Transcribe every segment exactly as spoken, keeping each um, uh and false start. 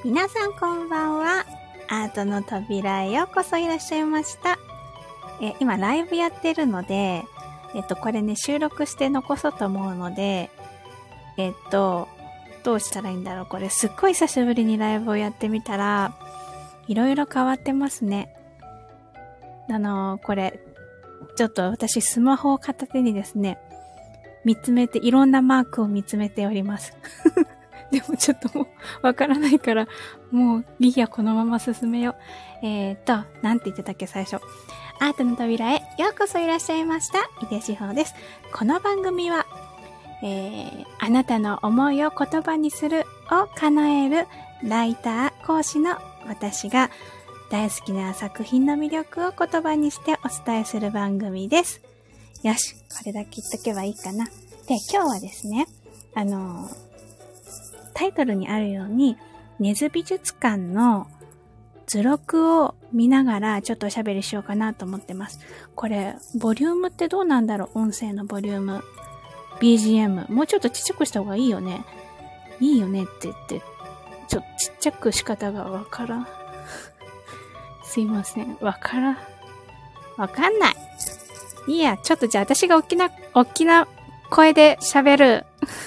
皆さんこんばんは。アートの扉へようこそいらっしゃいました。え今ライブやってるので、えっとこれね収録して残そうと思うので、えっとどうしたらいいんだろう。これすっごい久しぶりにライブをやってみたら、いろいろ変わってますね。あのこれちょっと私スマホを片手にですね、見つめていろんなマークを見つめております。でもちょっともうわからないから、もういいや、このまま進めよう。えーと、なんて言ってたっけ最初。アートの扉へようこそいらっしゃいました。井出志保です。この番組は、えー、あなたの思いを言葉にするを叶えるライター講師の私が大好きな作品の魅力を言葉にしてお伝えする番組です。よし、これだけ言っとけばいいかな。で、今日はですね、あのー、タイトルにあるように、根津美術館の図録を見ながらちょっとおしゃべりしようかなと思ってます。これ、ボリュームってどうなんだろう？音声のボリューム。ビージーエム。もうちょっとちっちゃくした方がいいよね。いいよねって言って、ちょっとちっちゃく仕方がわからん。すいません。わからん。わかんない。いいや、ちょっとじゃあ私が大きな、大きな声で喋る。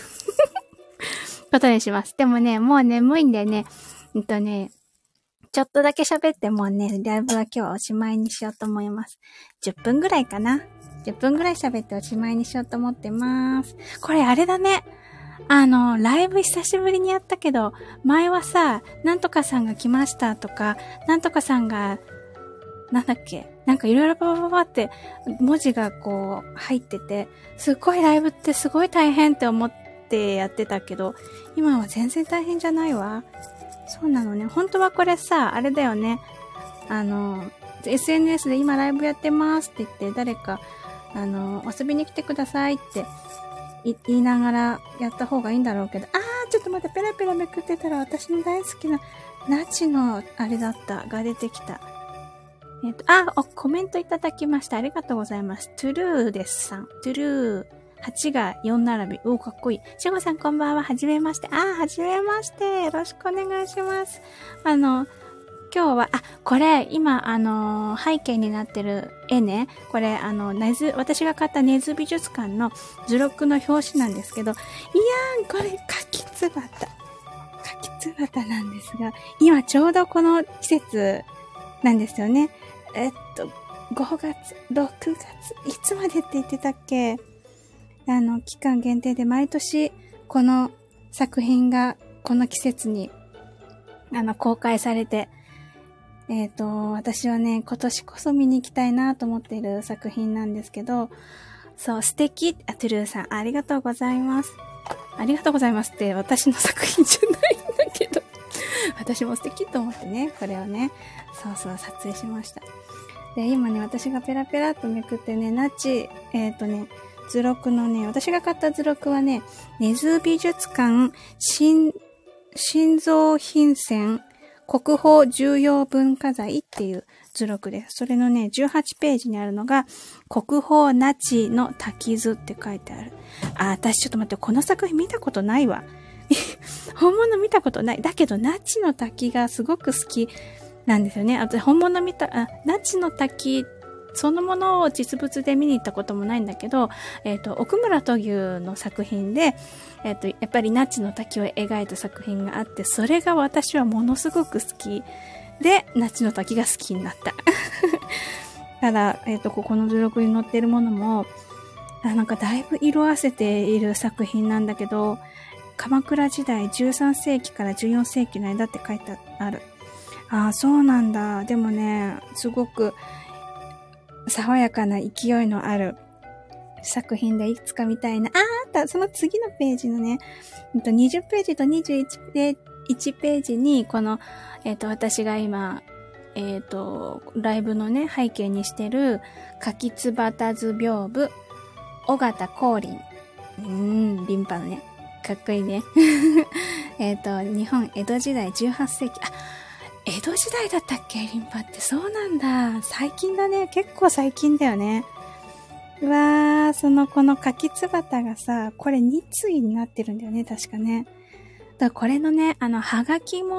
ことにします。でもね、もう眠いんでね、うんとね、ちょっとだけ喋ってもうね、ライブは今日はおしまいにしようと思います。じゅっぷんぐらいかな。じゅっぷんぐらい喋っておしまいにしようと思ってます。これあれだね。あの、ライブ久しぶりにやったけど、前はさ、なんとかさんが来ましたとか、なんとかさんが、なんだっけ、なんかいろいろパパパパって文字がこう入ってて、すっごいライブってすごい大変って思ってやってたけど、今は全然大変じゃないわ。そうなのね。本当はこれさ、あれだよね。あの、エスエヌエス で今ライブやってますって言って、誰か、あの、遊びに来てくださいって言いながらやった方がいいんだろうけど、あー、ちょっと待って、ペラペラめくってたら私の大好きなナチのあれだったが出てきた。えっと、あ、コメントいただきました。ありがとうございます。トゥルーですさん。トゥルー。はちがよん並び。おー、かっこいい。しごさんこんばんは。はじめまして。あー、はじめまして。よろしくお願いします。あの、今日は、あ、これ、今、あの、背景になってる絵ね。これ、あの、根津、私が買った根津美術館の図録の表紙なんですけど、いやーん、これ、柿つばた。柿つばたなんですが、今ちょうどこの季節なんですよね。えっと、ごがつ、ろくがつ、いつまでって言ってたっけ？あの、期間限定で毎年この作品がこの季節にあの公開されて、えっと、私はね、今年こそ見に行きたいなと思っている作品なんですけど、そう、素敵、あ、トゥルーさん、ありがとうございます。ありがとうございますって私の作品じゃないんだけど、私も素敵と思ってね、これをね、そうそう撮影しました。で、今ね、私がペラペラっとめくってね、ナチ、えっとね、図録のね、私が買った図録はね、根津美術館新、新蔵品選国宝重要文化財っていう図録です。それのね、じゅうはちページにあるのが、国宝那智の滝図って書いてある。あ、私ちょっと待って、この作品見たことないわ。本物見たことない。だけど、那智の滝がすごく好きなんですよね。あと、本物見た、あ、那智の滝そのものを実物で見に行ったこともないんだけど、えっと、奥村土牛の作品で、えっと、やっぱり那智の滝を描いた作品があって、それが私はものすごく好きで、那智の滝が好きになった。ただ、えっと、ここの図録に載っているものも、あ、なんかだいぶ色あせている作品なんだけど、鎌倉時代じゅうさんせいきからじゅうよんせいきの間って書いてある。ああ、そうなんだ。でもね、すごく、爽やかな勢いのある作品でいくつか見たいな。あー、あった。その次のページのね、にじゅうページとにじゅういちページに、この、えっと、私が今、えっと、ライブのね、背景にしてる、柿つばた図屏風、尾形光琳。うーん、リンパのね。かっこいいね。えっと、日本江戸時代じゅうはっせいき。あ、江戸時代だったっけリンパって。そうなんだ。最近だね。結構最近だよね。うわー、そのこの柿つばたがさ、これについになってるんだよね。確かね。だからこれのね、あの、はがきも売っ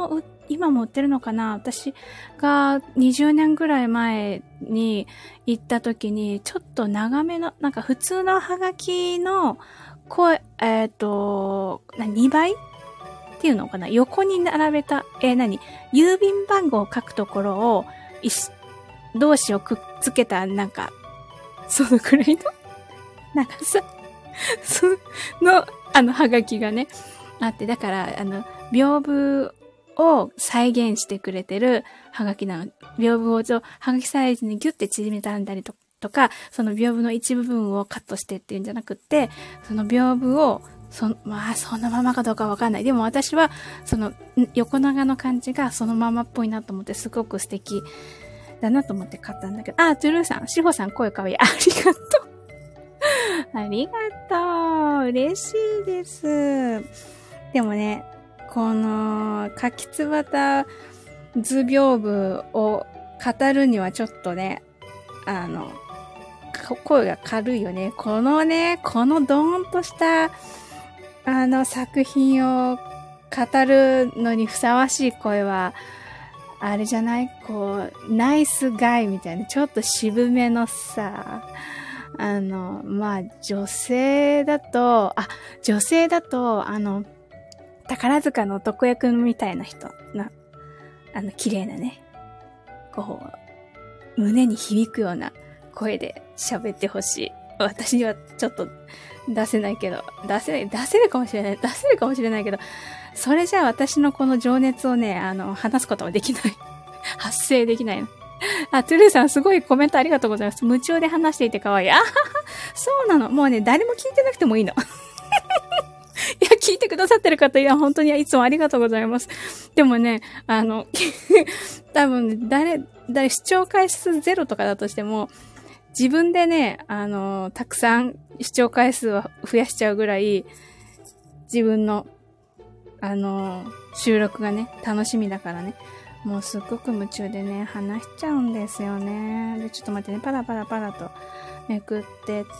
今も売ってるのかな？私がにじゅうねんぐらい前に行った時に、ちょっと長めの、なんか普通のハガキの、声、えっと、にばいっていうのかな？横に並べた、えー、何？郵便番号を書くところを、同士をくっつけた、なんか、そのくらいの長さその、あの、ハガキがね、あって、だから、あの、屏風を再現してくれてるハガキなの。屏風をハガキサイズにギュッて縮めたんだりととか、その屏風の一部分をカットしてっていうんじゃなくって、その屏風を、その、まあ、そのままかどうかわかんない。でも私は、その、横長の感じがそのままっぽいなと思って、すごく素敵だなと思って買ったんだけど、あ、トゥルーさん、しほさん声かわいい。ありがとう。ありがとう。嬉しいです。でもね、この、かきつばた図屏風を語るにはちょっとね、あの、声が軽いよね。このね、このドーンとした、あの作品を語るのにふさわしい声は、あれじゃない？こう、ナイスガイみたいな、ちょっと渋めのさ、あの、まあ、女性だと、あ、女性だと、あの、宝塚の男役みたいな人な、あの、綺麗なね、こう、胸に響くような声で喋ってほしい。私にはちょっと出せないけど、出せない、出せるかもしれない、出せるかもしれないけど、それじゃあ私のこの情熱をね、あの、話すことはできない。発声できないの。あ、トゥルーさんすごいコメントありがとうございます。夢中で話していて可愛い。あはは、そうなの。もうね、誰も聞いてなくてもいいの。いや、聞いてくださってる方、いや、本当にいつもありがとうございます。でもね、あの、多分、ね、誰、誰、視聴回数ゼロとかだとしても、自分でね、あの、たくさん視聴回数を増やしちゃうぐらい、自分の、あの、収録がね、楽しみだからね。もうすっごく夢中でね、話しちゃうんですよね。で、ちょっと待ってね、パラパラパラとめくってって、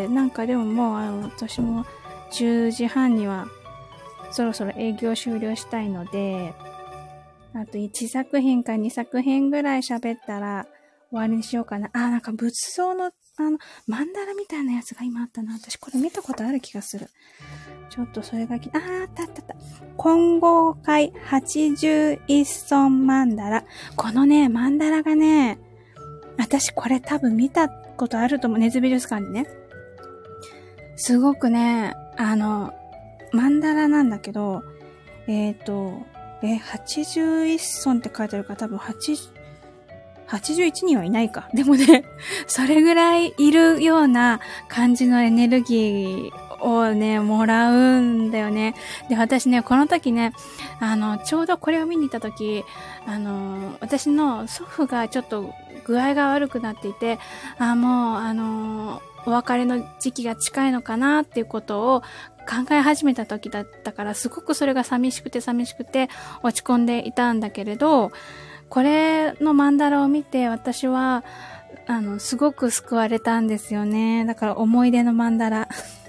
なんかでももう、あの、私もじゅうじはんには、そろそろ営業終了したいので、あといちさく品かにさく品ぐらい喋ったら終わりにしようかな。あ、なんか仏像の、あの、マンダラみたいなやつが今あったな。私これ見たことある気がする。ちょっとそれがき、あー、あったあったあった。金剛界はちじゅういっ尊マンダラ。このね、マンダラがね、私これ多分見たことあると思う。根津美術館でね。すごくね、あの、マンダラなんだけど、えっと、え、はちじゅういっ尊って書いてあるから多分はちじゅう、はちじゅういちにんはいないか。でもね、それぐらいいるような感じのエネルギーをね、もらうんだよね。で、私ね、この時ね、あの、ちょうどこれを見に行った時、あの、私の祖父がちょっと具合が悪くなっていて、あ、もう、あの、お別れの時期が近いのかなっていうことを考え始めた時だったから、すごくそれが寂しくて寂しくて落ち込んでいたんだけれど、これのマンダラを見て私は、あの、すごく救われたんですよね。だから思い出のマンダラ。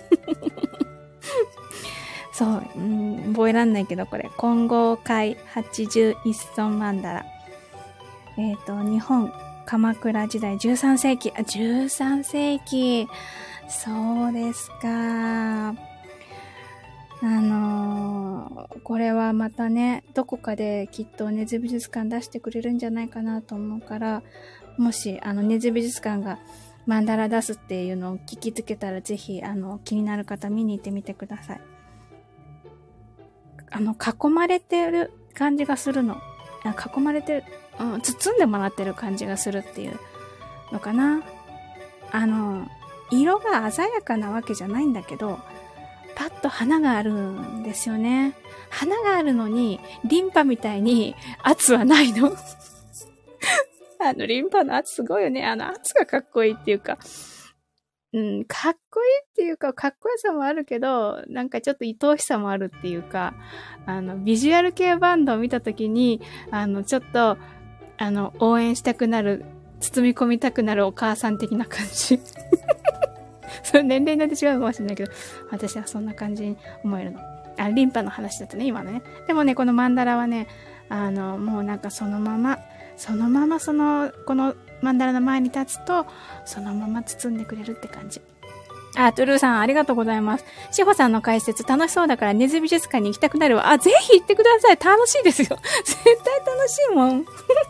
そう、うん、覚えらんないけどこれ。金剛界はちじゅういっ尊マンダラ。えっと、日本、鎌倉時代じゅうさん世紀。あ、じゅうさん世紀。そうですか。あのー、これはまたね、どこかできっと根津美術館出してくれるんじゃないかなと思うから、もし、あの、根津美術館がマンダラ出すっていうのを聞きつけたら、ぜひ、あの、気になる方見に行ってみてください。あの、囲まれてる感じがするの。囲まれてる、うん、包んでもらってる感じがするっていうのかな。あの、色が鮮やかなわけじゃないんだけど、パッと花があるんですよね。花があるのに、リンパみたいに圧はないの。あの、リンパの圧すごいよね。あの、圧がかっこいいっていうか、うん、かっこいいっていうか、かっこよさもあるけど、なんかちょっと愛おしさもあるっていうか、あの、ビジュアル系バンドを見たときに、あの、ちょっと、あの、応援したくなる、包み込みたくなるお母さん的な感じ。それ年齢によって違うかもしれないけど、私はそんな感じに思えるの。あ、リンパの話だったね、今のね。でもね、このマンダラはね、 あの、もうなんかそのまま、そのままその、このマンダラの前に立つと、そのまま包んでくれるって感じ。あ、トゥルーさん、ありがとうございます。しほさんの解説楽しそうだから根津美術館に行きたくなるわ。あ、ぜひ行ってください。楽しいですよ。絶対楽しいもん。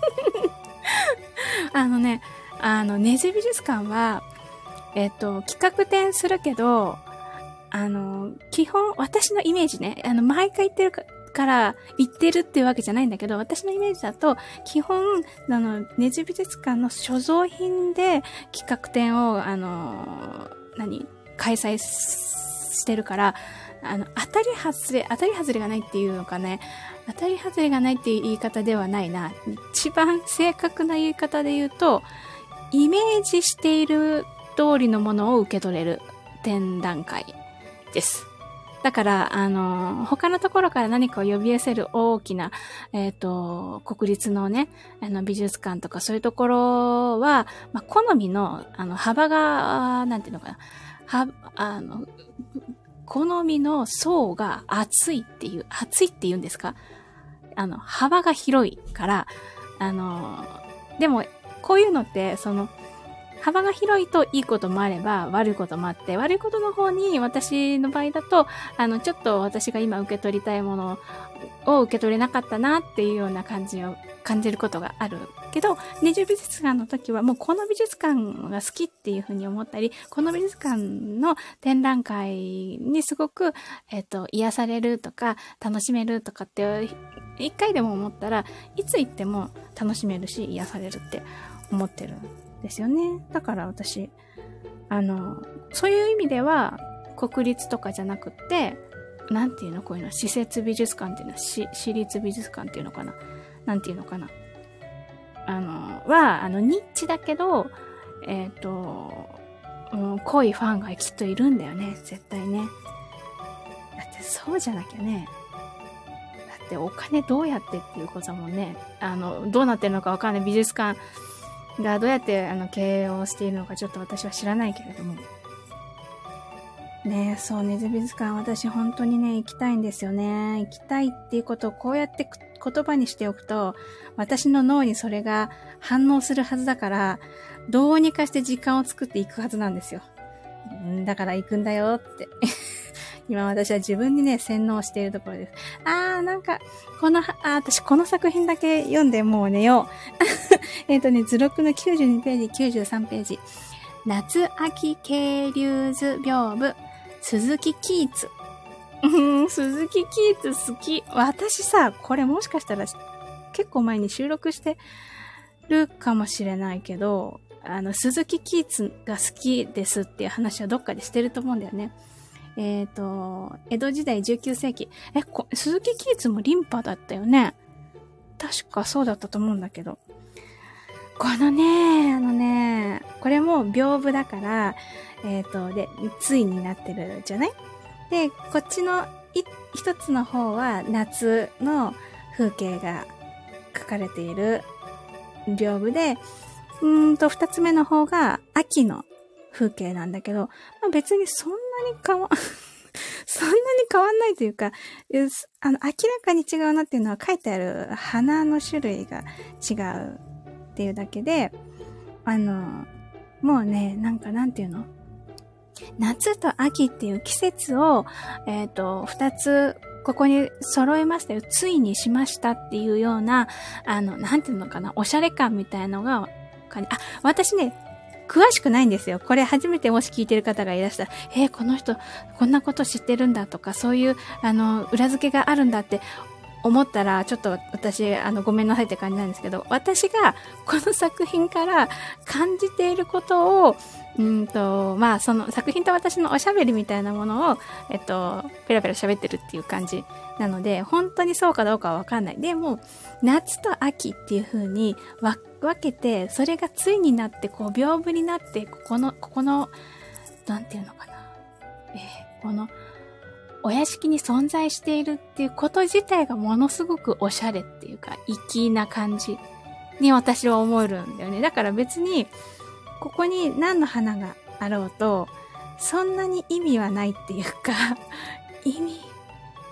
あのね、あの、根津美術館は、えっと、企画展するけど、あの、基本、私のイメージね、あの、毎回言ってるか、から言ってるっていうわけじゃないんだけど、私のイメージだと、基本、あの、根津美術館の所蔵品で企画展を、あの、何開催してるから、あの、当たり外れ、当たり外れがないっていうのかね、当たり外れがないっていう言い方ではないな。一番正確な言い方で言うと、イメージしている通りのものを受け取れる展覧会です。だから、あの、他のところから何かを呼び寄せる大きな、えっと、国立のね、あの、美術館とかそういうところは、まあ、好みの、あの、幅が、なんていうのかな、は、あの、好みの層が厚いっていう、厚いって言うんですか？あの、幅が広いから、あの、でも、こういうのって、その、幅が広いといいこともあれば悪いこともあって、悪いことの方に私の場合だと、あの、ちょっと私が今受け取りたいものを受け取れなかったなっていうような感じを感じることがあるけど、根津美術館の時はもうこの美術館が好きっていうふうに思ったり、この美術館の展覧会にすごく、えっと、癒されるとか楽しめるとかって一回でも思ったらいつ行っても楽しめるし癒されるって思ってるですよね。だから私、あの、そういう意味では、国立とかじゃなくって、なんていうのこういうの、施設美術館っていうのは、し私立美術館っていうのかななんていうのかなあの、は、あの、ニッチだけど、えっと、うん、濃いファンがきっといるんだよね、絶対ね。だってそうじゃなきゃね。だってお金どうやってっていうことだもんね。あの、どうなってるのかわかんない美術館、がどうやってあの経営をしているのかちょっと私は知らないけれども。ねえ、そう、根津美術館私本当にね、行きたいんですよね。行きたいっていうことをこうやって言葉にしておくと、私の脳にそれが反応するはずだから、どうにかして時間を作っていくはずなんですよ。だから行くんだよって。今私は自分にね、洗脳しているところです。あー、なんか、この、あー、私この作品だけ読んでもう寝よう。えっとね、図録のきゅうじゅうにページ、きゅうじゅうさんページ。夏秋渓流図屏風、鈴木キーツ。うん、鈴木キーツ好き。私さ、これもしかしたら結構前に収録してるかもしれないけど、あの、鈴木キーツが好きですっていう話はどっかでしてると思うんだよね。えっと、江戸時代じゅうきゅうせいき。え、こ鈴木キーツもリンパだったよね。確かそうだったと思うんだけど。このね、あのね、これも屏風だから、えっと、で、対になってるじゃない？で、こっちの一つの方は夏の風景が描かれている屏風で、うーんと二つ目の方が秋の風景なんだけど、まあ、別にそんなに変わ、そんなに変わんないというか、あの、明らかに違うなっていうのは書いてある花の種類が違うっていうだけで、あの、もうね、なんかなんていうの？夏と秋っていう季節を、えっと、二つ、ここに揃えましたよ。ついにしましたっていうような、あの、なんていうのかな、おしゃれ感みたいのが、あ、私ね、詳しくないんですよ。これ初めてもし聞いてる方がいらしたら、えー、この人、こんなこと知ってるんだとか、そういう、あの、裏付けがあるんだって思ったら、ちょっと私、あの、ごめんなさいって感じなんですけど、私がこの作品から感じていることを、うんと、まあ、その作品と私のおしゃべりみたいなものを、えっと、ペラペラ喋ってるっていう感じなので、本当にそうかどうかはわかんない。でも、夏と秋っていう風に分けて、それが対になって、こう、屏風になって、ここの、ここの、なんていうのかな。えー、この、お屋敷に存在しているっていうこと自体がものすごくおしゃれっていうか、粋な感じに私は思えるんだよね。だから別に、ここに何の花があろうと、そんなに意味はないっていうか、意味、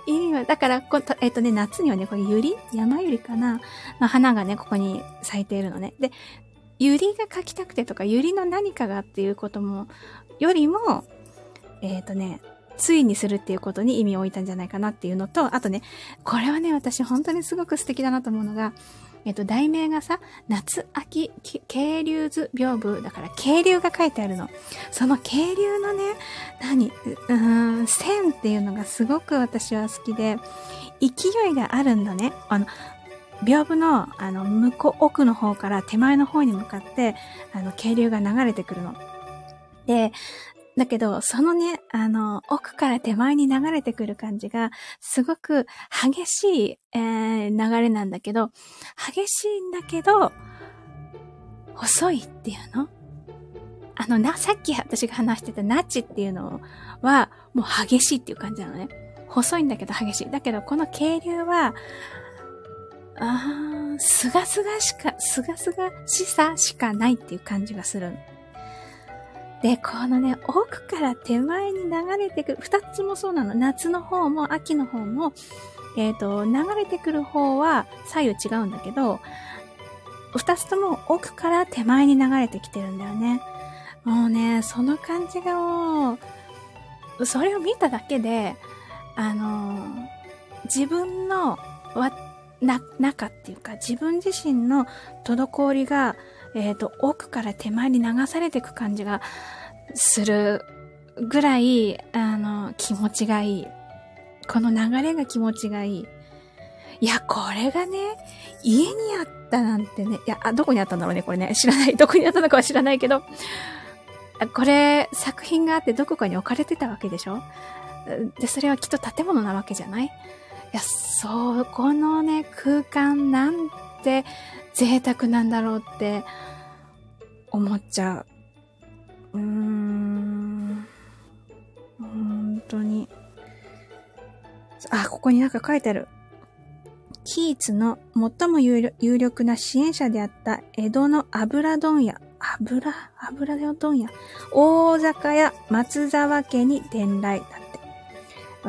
意味は、だからこ、えっとね、夏にはね、これユリ山ユリかなの花がね、ここに咲いているのね。で、ユリが描きたくてとか、ユリの何かがっていうことも、よりも、えっとね、ついにするっていうことに意味を置いたんじゃないかなっていうのと、あとね、これはね、私本当にすごく素敵だなと思うのが、えっと、題名がさ、夏秋渓流図屏風だから、渓流が書いてあるの。その渓流のね、何うーん、線っていうのがすごく私は好きで、勢いがあるんだね。あの、屏風の、あの、向こう、奥の方から手前の方に向かって、あの、渓流が流れてくるの。で、だけど、そのね、あの、奥から手前に流れてくる感じが、すごく激しい、えー、流れなんだけど、激しいんだけど、細いっていうの？あの、な、さっき私が話してたナチっていうのは、もう激しいっていう感じなのね。細いんだけど激しい。だけど、この渓流は、あー、すがすがしか、すがすがしさしかないっていう感じがする。で、このね、奥から手前に流れてくる、二つもそうなの。夏の方も秋の方も、えっと、流れてくる方は左右違うんだけど、二つとも奥から手前に流れてきてるんだよね。もうね、その感じがもう、それを見ただけで、あの、自分のわ、な、中っていうか、自分自身の滞りが、えっと、奥から手前に流されていく感じがするぐらい、あの、気持ちがいい。この流れが気持ちがいい。いや、これがね、家にあったなんてね、いや、あ、どこにあったんだろうね、これね。知らない。どこにあったのかは知らないけど、これ、作品があってどこかに置かれてたわけでしょ？で、それはきっと建物なわけじゃない？いや、そう、このね、空間なんて、贅沢なんだろうって思っちゃう。うーん。本当に。あ、ここになんか書いてある。キーツの最も有力な支援者であった江戸の油問屋。油油問屋。大坂や松沢家に伝来だって。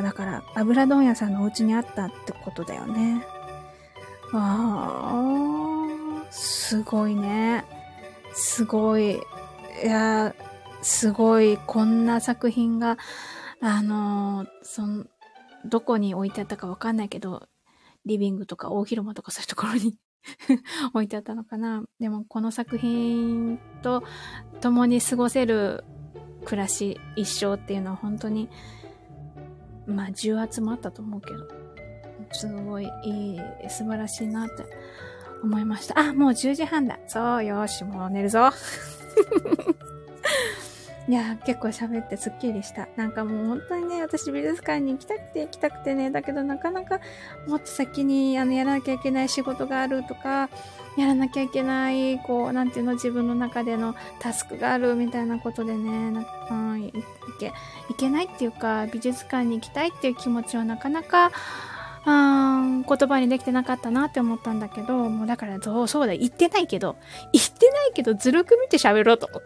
だから、油問屋さんのお家にあったってことだよね。ああ、すごいね。すごい。いや、すごい。こんな作品が、あの、その、どこに置いてあったかわかんないけど、リビングとか大広間とかそういうところに置いてあったのかな。でも、この作品と共に過ごせる暮らし、一生っていうのは本当に、まあ、重圧もあったと思うけど、すごいいい、素晴らしいなって思いました。あ、もうじゅうじはんだ。そう、よし、もう寝るぞ。いや、結構喋ってスッキリした。なんかもう本当にね、私美術館に行きたくて行きたくてね、だけどなかなかもっと先にあのやらなきゃいけない仕事があるとか、やらなきゃいけない、こう、なんていうの、自分の中でのタスクがあるみたいなことでね、なんか、うん、いけ、いけないっていうか、美術館に行きたいっていう気持ちはなかなか、あー、言葉にできてなかったなって思ったんだけど、もうだからそう、そうだ、言ってないけど、言ってないけど、ずるく見て喋ろうと思って。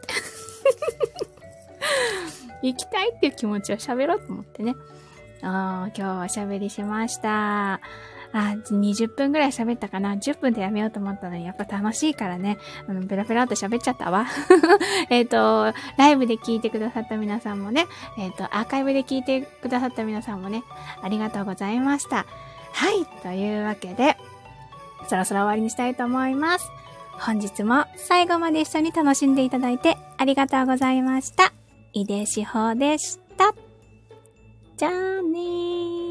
行きたいっていう気持ちを喋ろうと思ってね。あー、今日は喋りしました。あ、にじゅっぷんぐらい喋ったかな。じゅっぷんでやめようと思ったのに、やっぱ楽しいからね。あの、ペラペラっと喋っちゃったわ。えっと、ライブで聞いてくださった皆さんもね、えっと、アーカイブで聞いてくださった皆さんもね、ありがとうございました。はい、というわけで、そろそろ終わりにしたいと思います。本日も最後まで一緒に楽しんでいただいてありがとうございました。井出志保でした。じゃあねー。